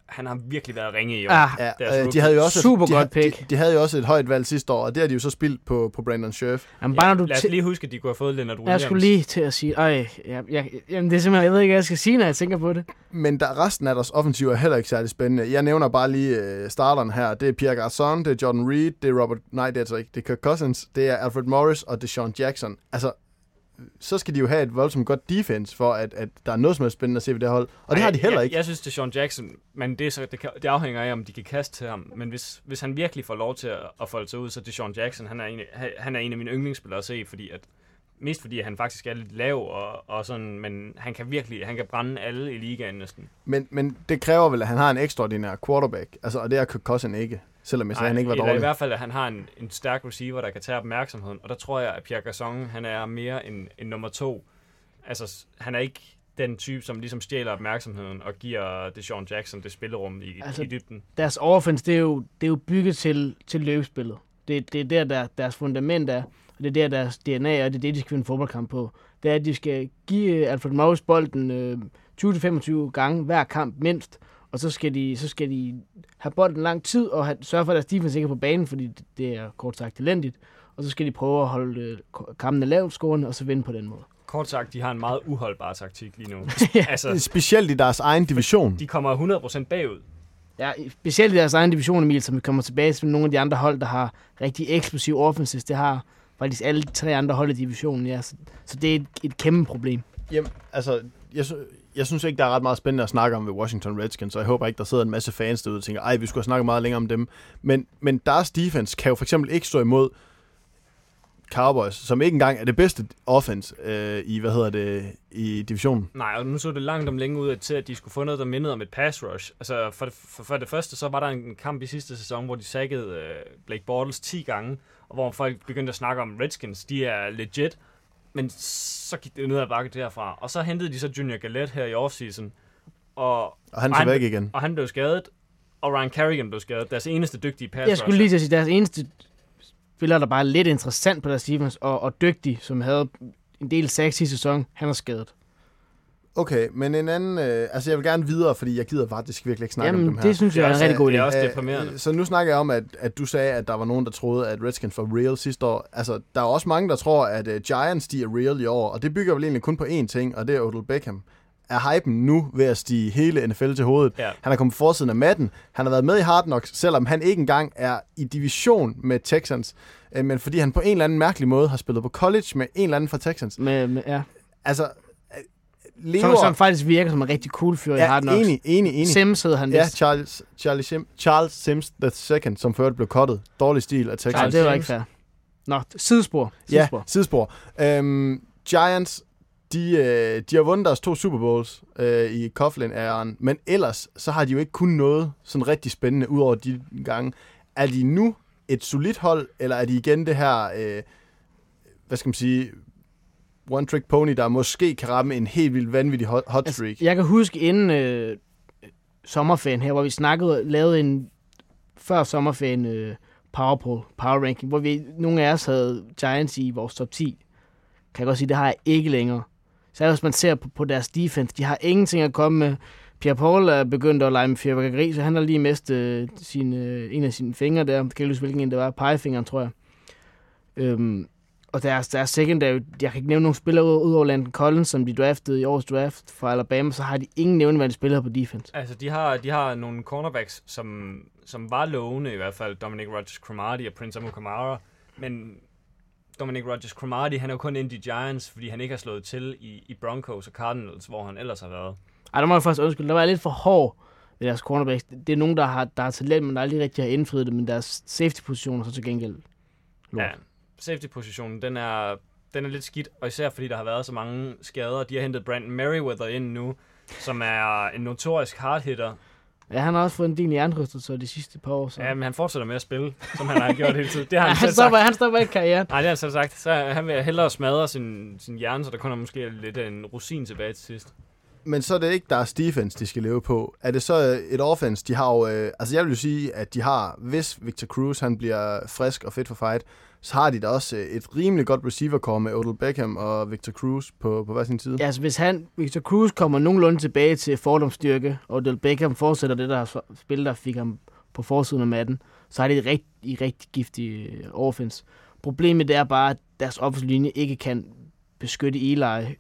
han har virkelig været ringe i år. Ja, de havde jo også super godt pick. De havde jo også et højt valg sidste år, og det har de jo så spildt på Brandon Scherf. Jamen, bare når lad os lige huske, at de kunne have fået Leonard Williams. Jeg skulle lige til at sige, jamen, det er simpelthen, jeg ved ikke, hvad jeg skal sige, når jeg tænker på det. Men resten af deres offensiv er heller ikke særlig spændende. Jeg nævner bare lige starterne her. Det er Pierre Garçon, det er Jordan Reed, det er Robert... Nej, det er altså ikke. Det er Kirk Cousins, det er Alfred Morris og DeSean Jackson. Altså, så skal de jo have et voldsomt godt defense, for at der er noget som er spændende at se ved det hold. Og det har de heller ikke. Jeg synes, DeSean Jackson, men det afhænger af, om de kan kaste til ham. Men hvis han virkelig får lov til at folde sig ud, så DeSean Jackson, han er en af mine yndlingsspillere at se, fordi han faktisk er lidt lav, og sådan, men han kan brænde alle i ligaen næsten. Men det kræver vel, at han har en ekstraordinær quarterback, altså, og det er Kirk Cousins ikke. Selvom han ikke var dårlig. Eller i hvert fald, at han har en stærk receiver, der kan tage opmærksomheden. Og der tror jeg, at Pierre Garçon, han er mere en nummer 2. Altså, han er ikke den type, som ligesom stjæler opmærksomheden og giver DeSean Jackson det spillerum i dybden. Deres offense, det er jo bygget til løbespillet. Det er der deres fundament er, og det er der deres DNA er, og det er det, de skal vinde fodboldkamp på. Det er, at de skal give Alfred Morris bolden 20-25 gange hver kamp mindst, og så skal de have bolden lang tid og sørge for, at deres defense ikke er på banen, fordi det er kort sagt elendigt. Og så skal de prøve at holde kampene lavt scorende, og så vinde på den måde. Kort sagt, de har en meget uholdbar taktik lige nu. Altså, specielt i deres egen division. De kommer 100% bagud. Ja, specielt i deres egen division, Emil, som vi kommer tilbage til nogle af de andre hold, der har rigtig eksplosive offenses. Det har faktisk alle 3 andre hold i divisionen, ja. Så det er et kæmpe problem. Jamen, altså, jeg synes ikke, der er ret meget spændende at snakke om ved Washington Redskins, så jeg håber ikke, der sidder en masse fans derude og tænker, vi skulle have snakket meget længere om dem. Men deres defense kan jo for eksempel ikke stå imod Cowboys, som ikke engang er det bedste offense i divisionen. Nej, og nu så det langt om længe ud til, at de skulle få noget, der mindede om et pass rush. Altså, for det første, så var der en kamp i sidste sæson, hvor de sackede Blake Bortles 10 gange, og hvor folk begyndte at snakke om Redskins. De er legit, men så gik det ned ad bakke derfra. Og så hentede de så Junior Galette her i offseason. Og han er væk igen. Og han blev skadet, og Ryan Kerrigan blev skadet. Deres eneste dygtige pass rusher. Jeg skulle lige til at sige, deres eneste spiller, der bare er lidt interessant på deres defense, og dygtig, som havde en del sacks i sæson, han er skadet. Okay, men en anden... jeg vil gerne videre, fordi jeg gider faktisk virkelig ikke snakke om dem her. Det synes jeg er en rigtig god idé. Det er også deprimerende. Så nu snakker jeg om, at du sagde, at der var nogen, der troede, at Redskins var real sidste år. Altså, der er også mange, der tror, at Giants, de er real i år, og det bygger vel egentlig kun på én ting, og det er Odell Beckham. Er hypen nu ved at stige hele NFL til hovedet? Ja. Han er kommet på forsiden af Madden. Han har været med i Hard Knocks, selvom han ikke engang er i division med Texans. Men fordi han på en eller anden mærkelig måde har spillet på college med en eller anden fra Texans. Ja. Altså, som faktisk virker som en rigtig cool fyr i Hard Knocks. Enig. Sims hed han. Ja, Charles Sims II, som før blev cuttet. Dårlig stil af Texans. Nej, det var ikke fair. Nå, sidespor. Ja, sidespor. Giants, de har vundet deres 2 Super Bowls i Coughlin-æren, men ellers så har de jo ikke kun noget sådan rigtig spændende ud over de gange. Er de nu et solidt hold, eller er de igen det her, hvad skal man sige, one-trick pony, der måske kan ramme en helt vildt vanvittig hot streak? Altså, jeg kan huske inden sommerferien her, hvor vi lavede en før sommerferien power ranking, hvor nogle af os havde Giants i vores top 10. Kan jeg godt sige, det har jeg ikke længere. Så hvis man ser på deres defense, de har ingenting at komme med. Pierre Paul er begyndt at lege med fyrværkeri, så han har lige mistet en af sine fingre der. Jeg kan ikke huske, hvilken en det var. Pegefingeren, tror jeg. Og deres secondary, jeg kan ikke nævne nogle spillere ud over Landon Collins, som de draftede i årets draft fra Alabama, så har de ingen nævneværdige spillere på defense. Altså, de har nogle cornerbacks, som var lovende i hvert fald. Dominic Rodgers-Cromartie og Prince Amukamara, men Dominic Rodgers-Cromartie, han er jo kun ind i Giants, fordi han ikke har slået til i Broncos og Cardinals, hvor han ellers har været. Ej, der må jeg faktisk undskylde. Der var jeg lidt for hård ved deres cornerbacks. Det er nogen, der har talent, men der aldrig rigtig har indfriet det, men deres safety-positioner så til gengæld. Ja, safety-positionen, den er lidt skidt, og især fordi der har været så mange skader. De har hentet Brandon Merriweather ind nu, som er en notorisk hardhitter. Ja, han har også fået en del hjernerystelser de sidste par år. Så. Ja, men han fortsætter med at spille, som han har gjort hele tiden. Det har han stopper ikke karrieren. Nej, det har han selv sagt. Så han vil hellere smadre sin hjerne, så der kun er måske lidt en rosin tilbage til sidst. Men så er det ikke deres defense, de skal leve på. Er det så et offense, de har jo... altså jeg vil jo sige, at de har, hvis Victor Cruz han bliver frisk og fit for fight, så har de da også et rimelig godt receiver-core med Odell Beckham og Victor Cruz på hver sin side. Ja, altså hvis Victor Cruz kommer nogenlunde tilbage til fordomsstyrke, og Odell Beckham fortsætter det der spil, der fik ham på forsiden af matten, så er det et rigtig giftig offense. Problemet er bare, at deres offensive linje ikke kan beskytte Eli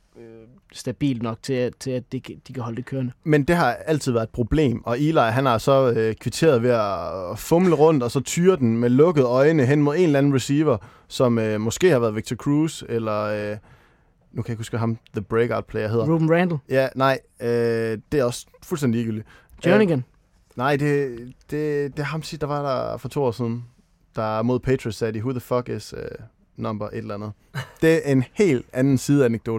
stabilt nok til at de kan holde det kørende. Men det har altid været et problem, og Eli han har så kvitteret ved at fumle rundt, og så tyre den med lukkede øjne hen mod en eller anden receiver, som måske har været Victor Cruz, eller nu kan jeg ikke huske, ham the breakout player hedder. Ruben Randall? Ja, nej, det er også fuldstændig ligegyldigt. Jernigan? Nej, det er ham, der var der for 2 år siden, der mod Patriots sagde de, who the fuck is number et eller andet. Det er en helt anden sideanekdote.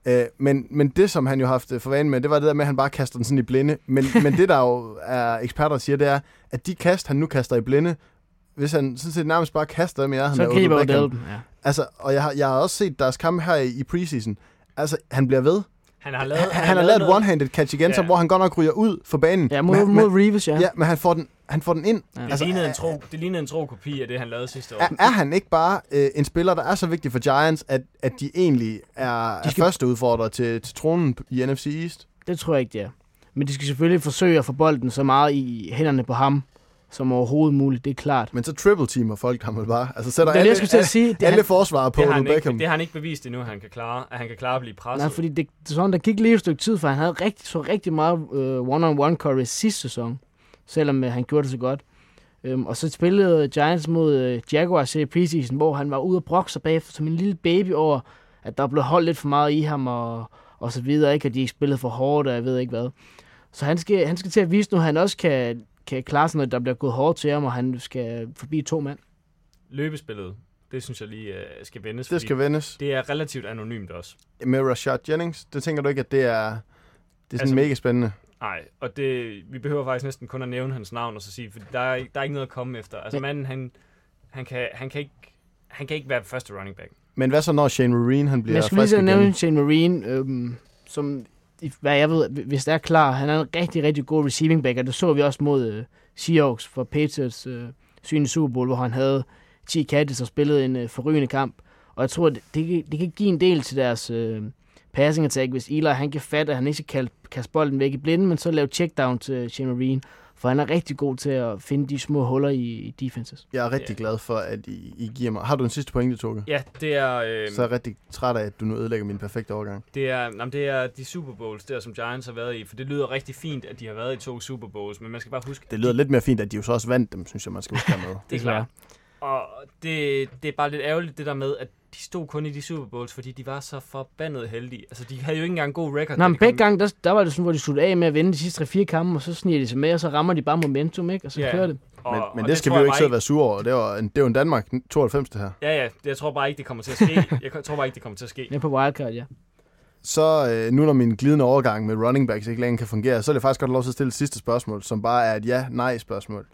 Men det, som han jo har haft for vane med, det var det der med, at han bare kaster den sådan i blinde. Men det, der jo er eksperter, der siger, det er, at de kast, han nu kaster i blinde, hvis han sådan set nærmest bare kaster dem i så griber Odell dem, ja. Altså, og jeg har også set deres kampe her i preseason. Altså, han bliver ved. Han har lavet et one-handed catch igen, så hvor han godt nok ryger ud for banen. Ja, mod Reeves, ja. Ja, men han får den ind. Ja. Det lignede en tro kopi af det, han lavede sidste år. Er han ikke bare en spiller, der er så vigtig for Giants, at de egentlig er første udfordrer til tronen i NFC East? Det tror jeg ikke, det er. Men de skal selvfølgelig forsøge at få bolden så meget i hænderne på ham, som overhovedet muligt, det er klart. Men så triple-teamer folk ham vel bare. Altså sætter alle forsvarer på Odell Beckham. Det har han ikke bevist endnu, at han kan klare at blive presset. Nej, fordi det sådan, der gik lige et stykke tid, for han havde rigtig meget one-on-one coverage sidste sæson, selvom han gjorde det så godt. Og så spillede Giants mod Jaguars i preseason, hvor han var ude og brokke sig bagefter som en lille baby over, at der blev holdt lidt for meget i ham og så videre, ikke? At de ikke spillede for hårdt, og jeg ved ikke hvad. Så han skal til at vise nu, at han også kan klare sig, når der bliver gået hårdt til ham, og han skal forbi 2 mand. Løbespillet, det synes jeg lige skal vendes. Det skal vendes. Det er relativt anonymt også. Med Rashad Jennings, det tænker du ikke, at det er sådan mega spændende? Nej, og vi behøver faktisk næsten kun at nævne hans navn og så sige, for der er ikke noget at komme efter. Altså manden, han kan ikke være første running back. Men hvad så, når Shane Vereen han bliver frisk igen? Jeg skulle lige nævne Shane Vereen, som hvad jeg ved, hvis det er klar, han er en rigtig, rigtig god receiving back, og det så vi også mod Seahawks for Patriots syne Super Bowl, hvor han havde 10 catches og spillede en forrygende kamp. Og jeg tror, det kan give en del til deres passing attack, hvis Eli han kan fatte, at han ikke skal kaste bolden væk i blinden, men så lave checkdown til Shane Vereen, for han er rigtig god til at finde de små huller i defenses. Jeg er rigtig glad for, at I giver mig... Har du en sidste pointe, Toge? Ja, det er... Så er jeg rigtig træt af, at du nu ødelægger min perfekte overgang. Det er de Super Bowls, der som Giants har været i, for det lyder rigtig fint, at de har været i 2 Super Bowls, men man skal bare huske... Det lyder lidt mere fint, at de jo så også vandt dem, synes jeg, man skal huske med. Det er klart. Og det er bare lidt ærgerligt, det der med, at de stod kun i de Super Bowls, fordi de var så forbandet heldige. Altså, de havde jo ikke engang en god record. Nej, men begge gange, der var det sådan, hvor de sluttede af med at vinde de sidste 3-4 kampe, og så sniger de sig med, og så rammer de bare momentum, ikke? Og så kører det. Men det skal vi jo ikke sidde og være sure over. Det er jo en Danmark 92, det her. Ja, jeg tror bare ikke, det kommer til at ske. Det er på wildcard, ja. Så nu når min glidende overgang med running backs ikke længere kan fungere, så er det faktisk godt lov til at stille et sidste spørgsmål, som bare er et ja-nej-spørgsmål.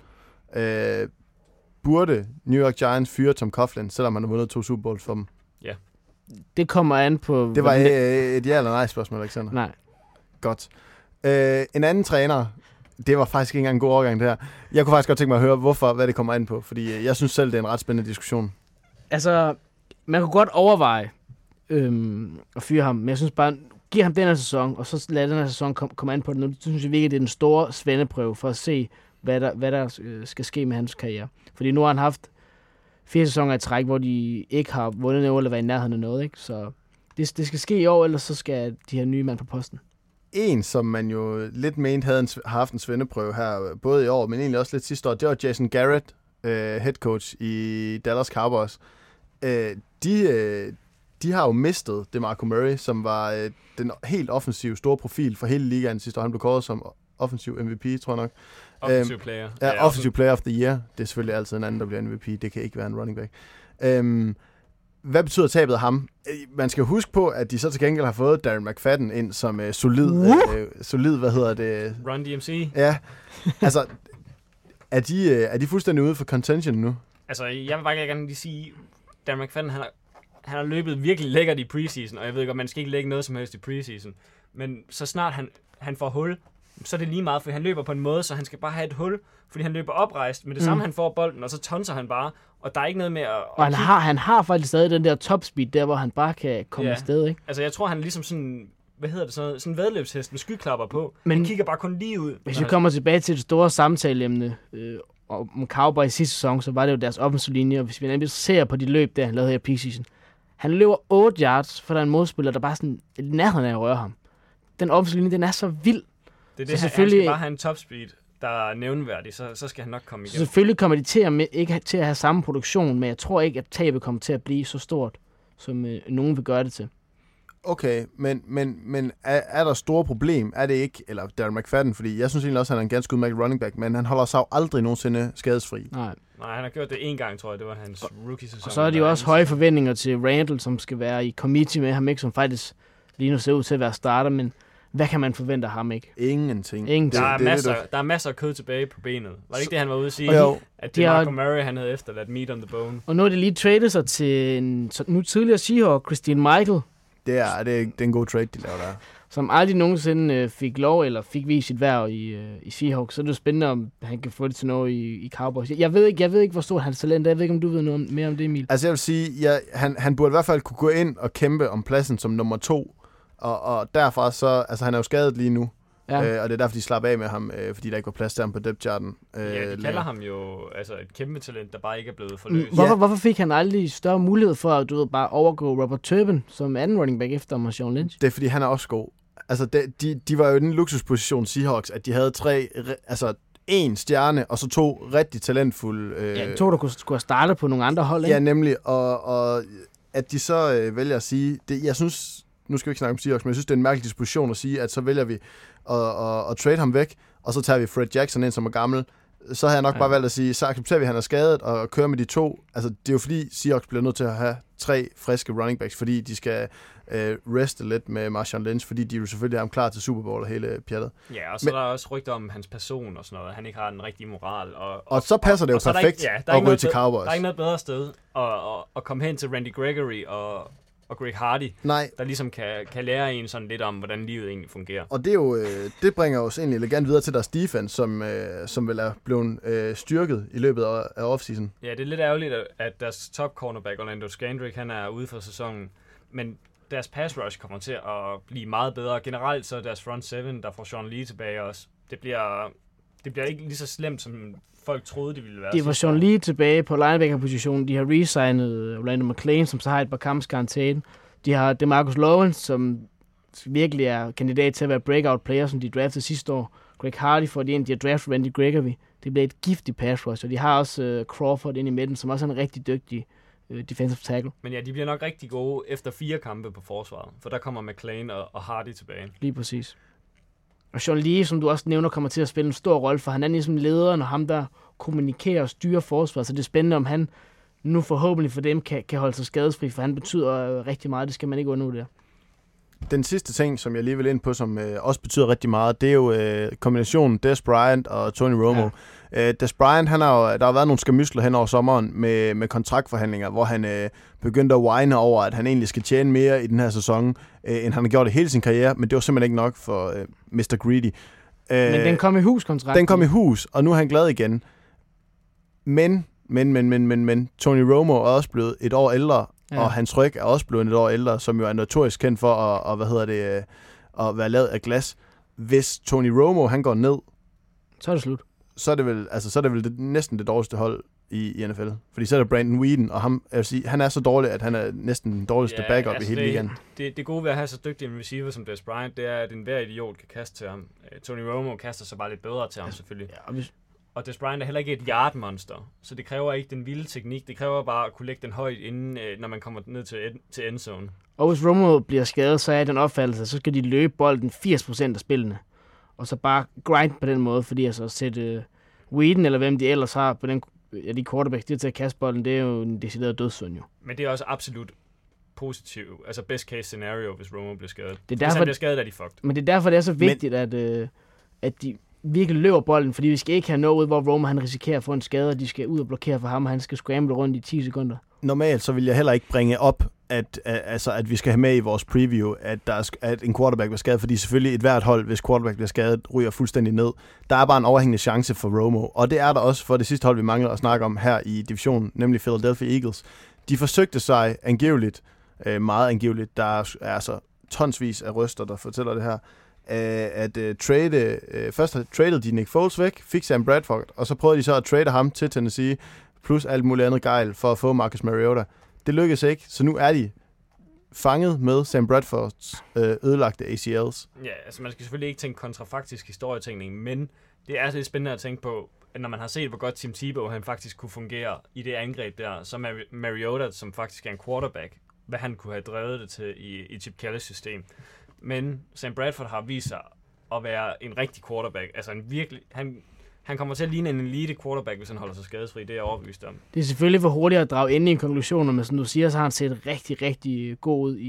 Burde New York Giants fyre Tom Coughlin, selvom han har vundet 2 Super Bowls for dem? Ja. Det kommer an på... Det var et ja eller nej spørgsmål, Alexander? Nej. Godt. En anden træner, det var faktisk ikke engang en god overgang det her. Jeg kunne faktisk godt tænke mig at høre, hvad det kommer an på, fordi jeg synes selv, det er en ret spændende diskussion. Altså, man kunne godt overveje at fyre ham, men jeg synes bare, giv ham den her sæson, og så lad den her sæson komme an på det nu. Det synes jeg virkelig, det er den store svendeprøve for at se, hvad der skal ske med hans karriere. Fordi nu har han haft 4 sæsoner i træk, hvor de ikke har vundet noget eller været i nærheden af noget, ikke? Så det skal ske i år, ellers så skal de her nye mand på posten. En, som man jo lidt mente har haft en svendeprøve her, både i år, men egentlig også lidt sidste år, det var Jason Garrett, head coach i Dallas Cowboys. De har jo mistet DeMarco Murray, som var den helt offensive store profil for hele ligaen sidste år. Han blev kåret som offensiv MVP, tror jeg nok. Offensive player. Ja, offensive player of the year. Det er selvfølgelig altid en anden, der bliver MVP. Det kan ikke være en running back. Hvad betyder tabet af ham? Man skal huske på, at de så til gengæld har fået Darren McFadden ind som solid, hvad hedder det? Run DMC. Ja, altså, er de fuldstændig ude for contention nu? Altså, jeg vil bare gerne lige sige, Darren McFadden, han har løbet virkelig lækkert i preseason, og jeg ved godt, man skal ikke lægge noget som helst i preseason. Men så snart han får hul, så er det lige meget, for han løber på en måde, så han skal bare have et hul, fordi han løber oprejst. Med det samme, han får bolden, og så tonser han bare, og der er ikke noget med at og han har faktisk stadig den der topspeed, der hvor han bare kan komme afsted, ikke? Altså jeg tror, han er ligesom sådan, sådan en væddeløbshest med skyklapper på. Men han kigger bare kun lige ud. Hvis vi kommer tilbage til det store samtaleemne om Cowboys sidste sæson, så var det jo deres offensive linje, og hvis vi nemlig ser på de løb, der han lavede her i peak season, han løber 8 yards, for der er en modspiller, der bare sådan nærheden af at røre ham. Den offensive linje, den er så vild. Det er det, han skal bare have en topspeed, der er nævneværdig, så skal han nok komme igen. Selvfølgelig kommer de ikke til at have samme produktion, men jeg tror ikke, at tabet kommer til at blive så stort, som nogen vil gøre det til. Okay, men er der store problem? Er det ikke, eller Darren McFadden, fordi jeg synes egentlig også, at han er en ganske udmærket running back, men han holder sig jo aldrig nogensinde skadesfri. Nej, han har gjort det en gang, tror jeg. Det var hans rookie-sæson. Og så er de jo også høje forventninger til Randall, som skal være i committee med ham, ikke? Som faktisk lige nu ser ud til at være starter, men hvad kan man forvente af ham, ikke? Ingenting. Der er masser af kød tilbage på benet. Var det ikke det, han var ude at sige? At det Marco Murray, han havde efterladt meat on the bone. Og nu er det lige tradet sig til en nu tidligere Seahawk, Christine Michael. Det er en god trade, de laver der. Som aldrig nogensinde fik lov, eller fik vist sit værv i Seahawks. Så er det jo spændende, om han kan få det til noget i Cowboys. Jeg ved ikke, hvor stort hans talent er. Jeg ved ikke, om du ved noget mere om det, Emil. Altså jeg vil sige, han burde i hvert fald kunne gå ind og kæmpe om pladsen som nummer 2. Og derfra så, altså han er jo skadet lige nu. Ja. Og det er derfor, de slapper af med ham, fordi der ikke var plads til ham på depth-charten. Ja, de kalder ham jo altså et kæmpe talent, der bare ikke er blevet forløst. Hvorfor fik han aldrig større mulighed for at bare overgå Robert Turbin som anden running back efter Marshawn Lynch? Det er, fordi han er også god. Altså, de var jo i den luksusposition, Seahawks, at de havde 1 stjerne, og så 2 rigtig talentfulde... 2, der kunne have startet på nogle andre hold, ikke? Ja, nemlig. Og at de så vælger at sige... Jeg synes... Nu skal vi ikke snakke om Seahawks, men jeg synes, det er en mærkelig disposition at sige, at så vælger vi at trade ham væk, og så tager vi Fred Jackson ind, som er gammel. Så har jeg nok bare valgt at sige, så accepterer vi, at han er skadet, og kører med de 2. Altså, det er jo fordi, Seahawks bliver nødt til at have 3 friske running backs, fordi de skal reste lidt med Marshawn Lynch, fordi de jo selvfølgelig har ham klar til Super Bowl og hele pjattet. Ja, og så er der også rygter om hans person og sådan noget, han ikke har den rigtige moral. Og så passer det jo perfekt at ryge til Cowboys. Der er ikke noget bedre sted at komme hen til Randy Gregory og Greg Hardy, der ligesom kan lære en sådan lidt om, hvordan livet egentlig fungerer. Og det er jo, det bringer os egentlig elegant videre til deres defense, som vel er blevet styrket i løbet af offseason. Ja, det er lidt ærgerligt, at deres top cornerback, Orlando Scandrick, han er ude for sæsonen, men deres pass rush kommer til at blive meget bedre. Generelt så deres front seven, der får Sean Lee tilbage også. Det bliver ikke lige så slemt, som folk troede, det ville være. De får Sean Lee tilbage på linebacker-positionen. De har resignet Orlando McClain, som så har et par kampskarantæne. De har DeMarcus Lawrence, som virkelig er kandidat til at være breakout player, som de draftede sidste år. Greg Hardy får de ind, de har draftet Randy Gregory. Det bliver et giftigt pass rush, og de har også Crawford ind i midten, som også er en rigtig dygtig defensive tackle. Men ja, de bliver nok rigtig gode efter 4 kampe på forsvaret, for der kommer McClain og Hardy tilbage. Lige præcis. Og Sean Lee, som du også nævner, kommer til at spille en stor rolle, for han er ligesom lederen, og ham, der kommunikerer og styrer forsvaret. Så det er spændende, om han nu forhåbentlig for dem kan holde sig skadesfri, for han betyder rigtig meget. Det skal man ikke undervurdere. Den sidste ting, som jeg lige vil ind på, som også betyder rigtig meget, det er jo kombinationen Dez Bryant og Tony Romo. Ja. Dez Bryant, der har været nogle skamysler hen over sommeren med kontraktforhandlinger, hvor han begyndte at whine over, at han egentlig skal tjene mere i den her sæson, end han har gjort i hele sin karriere, men det var simpelthen ikke nok for Mr. Greedy. Men den kom i hus, kontrakten. Den kom i hus, og nu er han glad igen. Men Tony Romo er også blevet et år ældre, og hans ryg er også blevet et år ældre, som jo er notorisk kendt for at være lavet af glas. Hvis Tony Romo han går ned, så er det slut. Så er det vel næsten det dårligste hold i NFL. Fordi så er det Brandon Weeden, og han er så dårlig, at han er næsten den dårligste backup i hele ligaen. Det gode ved at have så dygtig en receiver som Dez Bryant, det er, at enhver idiot kan kaste til ham. Tony Romo kaster så bare lidt bedre til ham, selvfølgelig. Ja, og Dez Bryant er heller ikke et yardmonster, så det kræver ikke den vilde teknik. Det kræver bare at kunne lægge den højt inden, når man kommer ned til endzone. Og hvis Romo bliver skadet, så er den opfattelse, så skal de løbe bolden 80% af spillene. Og så bare grind på den måde, fordi altså at sætte Weeden, eller hvem de ellers har på den, de quarterbacks, det til at kaste bolden, det er jo en decideret dødssøn jo. Men det er også absolut positivt. Altså best case scenario, hvis Romo bliver skadet. Hvis han bliver skadet, er de fucked. Men det er derfor, det er så vigtigt, at de virkelig løber bolden, fordi vi skal ikke have noget ud, hvor Romo han risikerer at få en skade, og de skal ud og blokere for ham, og han skal scramble rundt i 10 sekunder. normalt så vil jeg heller ikke bringe op, at vi skal have med i vores preview, at en quarterback bliver skadet, fordi selvfølgelig et hvert hold, hvis quarterback bliver skadet, ryger fuldstændig ned. Der er bare en overhængende chance for Romo, og det er der også for det sidste hold, vi mangler at snakke om her i divisionen, nemlig Philadelphia Eagles. De forsøgte sig angiveligt, meget angiveligt, der er altså tonsvis af røster, der fortæller det her, først traded de Nick Foles væk, fik Sam Bradford, og så prøvede de så at trade ham til Tennessee, plus alt muligt andet gejl, for at få Marcus Mariota. Det lykkedes ikke, så nu er de fanget med Sam Bradfords ødelagte ACLs. Ja, altså man skal selvfølgelig ikke tænke kontrafaktisk historietænkning, men det er lidt spændende at tænke på, at når man har set, hvor godt Tim Tebow han faktisk kunne fungere i det angreb der, så Mariota, som faktisk er en quarterback, hvad han kunne have drevet det til i Chip Kelly's system. Men Sam Bradford har vist sig at være en rigtig quarterback. Altså en virkelig, han kommer til at ligne en elite quarterback, hvis han holder sig skadesfri. Det er jeg overbevist om. Det er selvfølgelig for hurtigt at drage endelig en konklusion, men som du siger, så har han set rigtig, rigtig god ud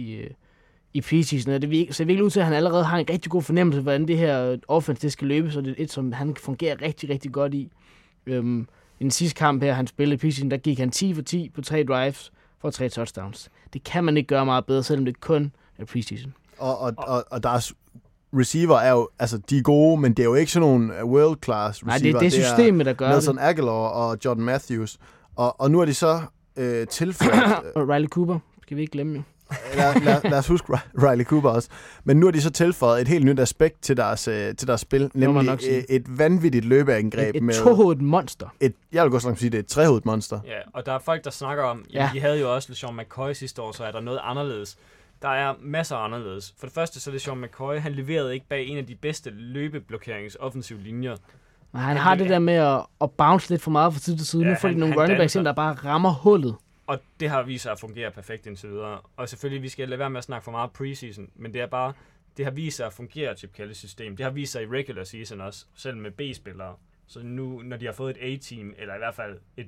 i preseason. Det ser virkelig ud til, at han allerede har en rigtig god fornemmelse, hvordan det her offense det skal løbe, så det er et, som han fungerer rigtig, rigtig godt i. I den sidste kamp her, han spillede i preseason, der gik han 10 for 10 på 3 drives for 3 touchdowns. Det kan man ikke gøre meget bedre, selvom det kun er preseason. Og deres receiver er jo, altså de er gode, men det er jo ikke sådan nogle world class receiver. Nej, det er systemet, der gør Nelson Aguilar og Jordan Matthews. Og nu er de så tilført... og Riley Cooper, skal vi ikke glemme jo. Lad os huske Riley Cooper også. Men nu har de så tilføjet et helt nyt aspekt til deres spil, nemlig et vanvittigt løbeangreb. Et tohovedet monster. Jeg vil godt sige, at det er et trehovedet monster. Ja, og der er folk, der snakker om, de havde jo også LeSean McCoy sidste år, så er der noget anderledes. Der er masser af anderledes. For det første, så er det LeSean McCoy, han leverede ikke bag en af de bedste løbeblokeringens offensive linjer. Men han har det der med at bounce lidt for meget fra tid til side. Nu får de nogle running backs ind, der bare rammer hullet. Og det har vist sig at fungere perfekt indtil videre. Og selvfølgelig, vi skal lade være med at snakke for meget preseason, men det har vist sig at fungere Chip Kelly's system. Det har vist sig i regular season også, selv med B-spillere. Så nu, når de har fået et A-team, eller i hvert fald et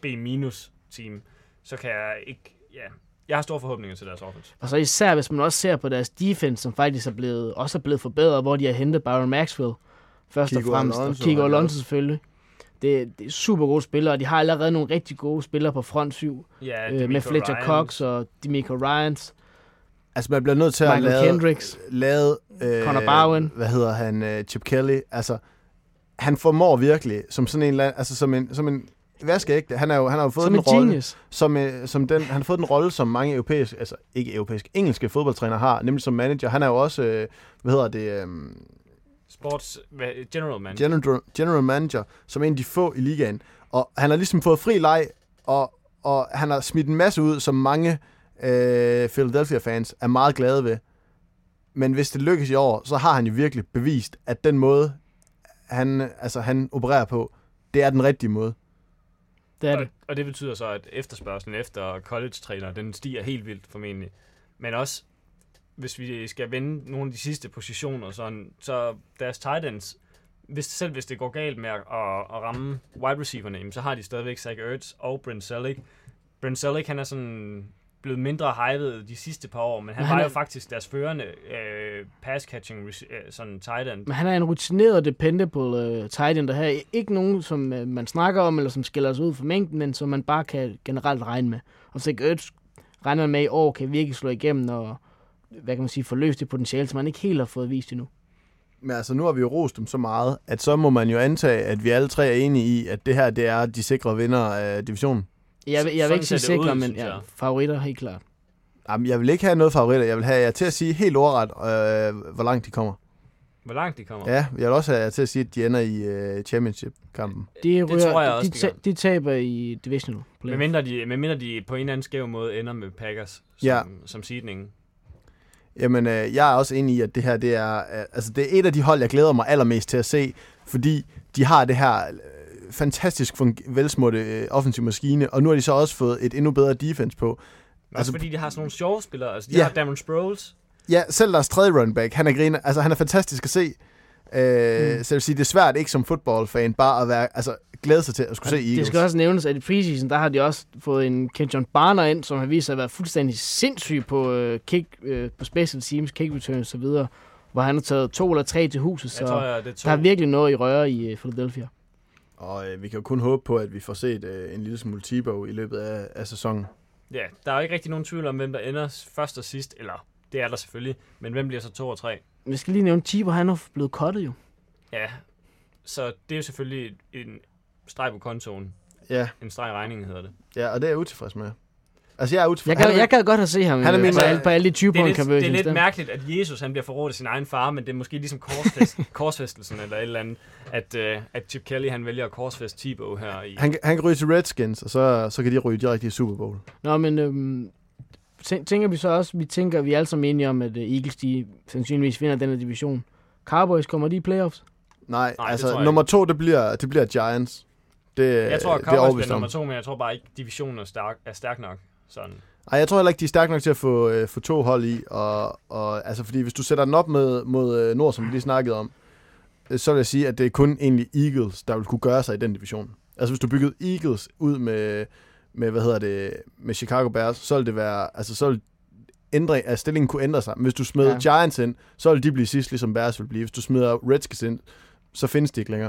B-team, så kan jeg ikke... Ja, jeg har store forhåbninger til deres offense. Og så især, hvis man også ser på deres defense, som faktisk er blevet forbedret, hvor de har hentet Byron Maxwell først og fremmest, og Kiko Alonso selvfølgelig. Det er super gode spillere, og de har allerede nogle rigtig gode spillere på front 7. Ja, med Fletcher Cox og DeMeco Ryans. Altså, man bliver nødt til at lade Connor Barwin. Hvad hedder han? Chip Kelly. Altså, han formår virkelig som sådan en eller anden, altså som en vaskeægte. Han har jo fået en rolle han har fået en rolle som mange engelske fodboldtrænere har, nemlig som manager. Han er jo også Sports general manager. General manager, som en af de få i ligaen. Og han har ligesom fået fri leg, og han har smidt en masse ud, som mange Philadelphia-fans er meget glade ved. Men hvis det lykkes i år, så har han jo virkelig bevist, at den måde, han opererer på, det er den rigtige måde. Det er det. Og det betyder så, at efterspørgselen efter college-trænere, den stiger helt vildt formentlig. Men også, hvis vi skal vende nogle af de sidste positioner, så deres tight ends, hvis det går galt med at ramme wide receiverne, så har de stadigvæk Zach Ertz og Brent Selleck. Brent Selleck, han er sådan blevet mindre hyped de sidste par år, men han var jo faktisk deres førende pass-catching sådan tight end. Men han er en rutineret, dependable tight end, der her ikke nogen, som man snakker om, eller som skiller sig ud for mængden, men som man bare kan generelt regne med. Og Zach Ertz regner med i år, kan virkelig slå igennem og forløse det potentiale, som man ikke helt har fået vist endnu. Men altså, nu har vi jo rost dem så meget, at så må man jo antage, at vi alle tre er enige i, at det her, det er de sikre vinder af divisionen. Jeg vil ikke sige sikre, men favoritter helt klart. Jamen, jeg vil ikke have noget favoritter. Jeg vil have jer til at sige helt ordret, hvor langt de kommer. Hvor langt de kommer? Ja, jeg vil også have jer til at sige, at de ender i championship-kampen. Det tror jeg også, de taber i divisional. Medmindre de på en eller anden skæv måde ender med Packers som seedningen. Jamen, jeg er også enig i, at det her, det er et af de hold, jeg glæder mig allermest til at se, fordi de har det her fantastisk velsmurte offensiv maskine, og nu har de så også fået et endnu bedre defense på. Altså fordi de har sådan nogle sjove spillere, altså de har Darren Sproles. Ja, selv deres tredje runback, han er griner, altså han er fantastisk at se. Så jeg vil sige, det er svært ikke som fodboldfan bare at være, glæde sig til at skulle se Eagles. Det skal også nævnes, at i preseason, der har de også fået en Kenjon Barner ind, som har vist sig at være fuldstændig sindssyg på på special teams, kick returns og så videre, hvor han har taget 2 eller 3 til huset, så der er virkelig noget i røre i Philadelphia. Og vi kan jo kun håbe på, at vi får set en lille smule Tebow i løbet af sæsonen. Ja, der er ikke rigtig nogen tvivl om, hvem der ender først og sidst, eller det er der selvfølgelig, men hvem bliver så 2 og 3? Vi skal lige nævne Tiber, han er blevet cuttet jo. Ja, så det er jo selvfølgelig en streg på kontoen. Ja. En streg i regningen hedder det. Ja, og det er jeg utilfreds med. Altså, jeg er utilfreds. Jeg kan godt have set ham på alle de 20 point. Det er lidt mærkeligt, at Jesus han bliver forrådt af sin egen far, men det er måske ligesom korsfæstelsen eller et eller andet, at Chip Kelly han vælger at korsfæste Tebow her i. Han kan ryge til Redskins, og så kan de ryge direkte i Super Bowl. Nå, men tænker vi så også, vi er alle sammen enige om, at Eagles de sandsynligvis vinder den her division. Cowboys, kommer de i playoffs? Nej, altså nummer 2, det bliver Giants. Jeg tror, at Cowboys bliver nummer 2, men jeg tror bare ikke, divisionen er stærk nok. Sådan. Ej, jeg tror heller ikke, de er stærke nok til at få 2 hold i. Og altså, fordi hvis du sætter den op mod Nord, som vi lige snakkede om, så vil jeg sige, at det er kun egentlig Eagles, der vil kunne gøre sig i den division. Altså, hvis du byggede Eagles ud med med Chicago Bears, så vil det være, altså, så vil stillingen kunne ændre sig. Men hvis du smider Giants ind, så vil de blive sidst, ligesom Bears vil blive. Hvis du smider Redskins ind, så findes de ikke længere.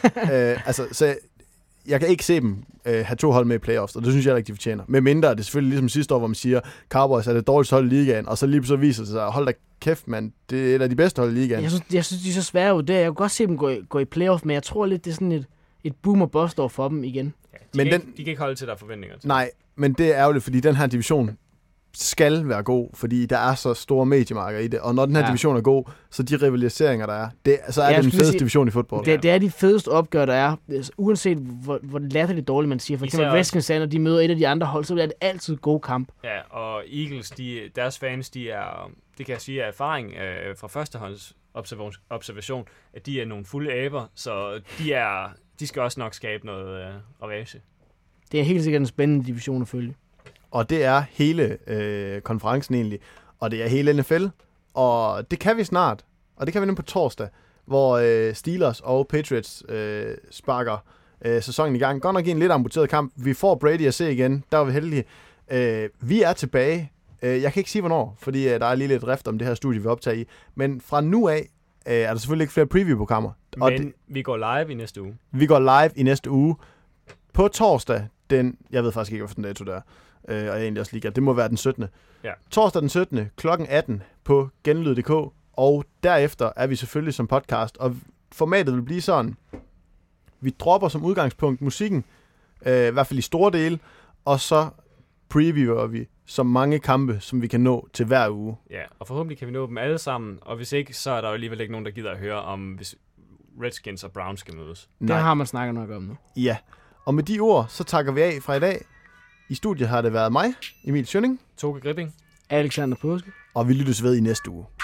Så jeg kan ikke se dem have 2 hold med i playoffs, og det synes jeg ikke, de fortjener. Med mindre det er selvfølgelig ligesom sidste år, hvor man siger, Cowboys er det dårligste hold i ligaen, og så lige så viser det sig, hold da kæft, mand, det er et af de bedste hold i ligaen. Jeg synes de er så svære ud der. Jeg kan godt se dem gå i playoff, men jeg tror lidt, det er sådan et boom og bust år for dem igen. Ja, de kan ikke holde til, der er forventninger til. Nej, men det er ærgerligt, fordi den her division skal være god, fordi der er så store mediemarker i det, og når den her division er god, så de rivaliseringer, der er, så er det den fedeste division i fodbold. Det er de fedeste opgør, der er, uanset hvor latterligt dårligt man siger. For eksempel Redskins, når de møder et af de andre hold, så er det altid god kamp. Ja, og Eagles, deres fans, det kan jeg sige af erfaring fra førstehånds observation, at de er nogle fulde aber, så de skal også nok skabe noget ravage. Det er helt sikkert en spændende division at følge. Og det er hele konferencen egentlig, og det er hele NFL, og det kan vi snart, og det kan vi nu på torsdag, hvor Steelers og Patriots sparker sæsonen i gang. Godt nok en lidt amputeret kamp. Vi får Brady at se igen, der var vi heldige. Vi er tilbage. Jeg kan ikke sige hvornår, fordi der er lige lidt rift om det her studie, vi optager i, men fra nu af er der selvfølgelig ikke flere preview-programmer. Men vi går live i næste uge. Vi går live i næste uge på torsdag, jeg ved faktisk ikke, hvad den dato der er. Og jeg er egentlig også ligeglad. Det må være den 17. Ja. Torsdag den 17. kl. 18 på genlyd.dk, og derefter er vi selvfølgelig som podcast, og formatet vil blive sådan, vi dropper som udgangspunkt musikken, i hvert fald i store dele, og så previewer vi så mange kampe, som vi kan nå til hver uge. Ja, og forhåbentlig kan vi nå dem alle sammen, og hvis ikke, så er der jo alligevel ikke nogen, der gider at høre om, hvis Redskins og Browns skal mødes. Det har man snakket nok om nu. Ja, og med de ord, så takker vi af fra i dag. I studiet har det været mig, Emil Schønning, Toge Gripping, Alexander Påske, og vi lyttes ved i næste uge.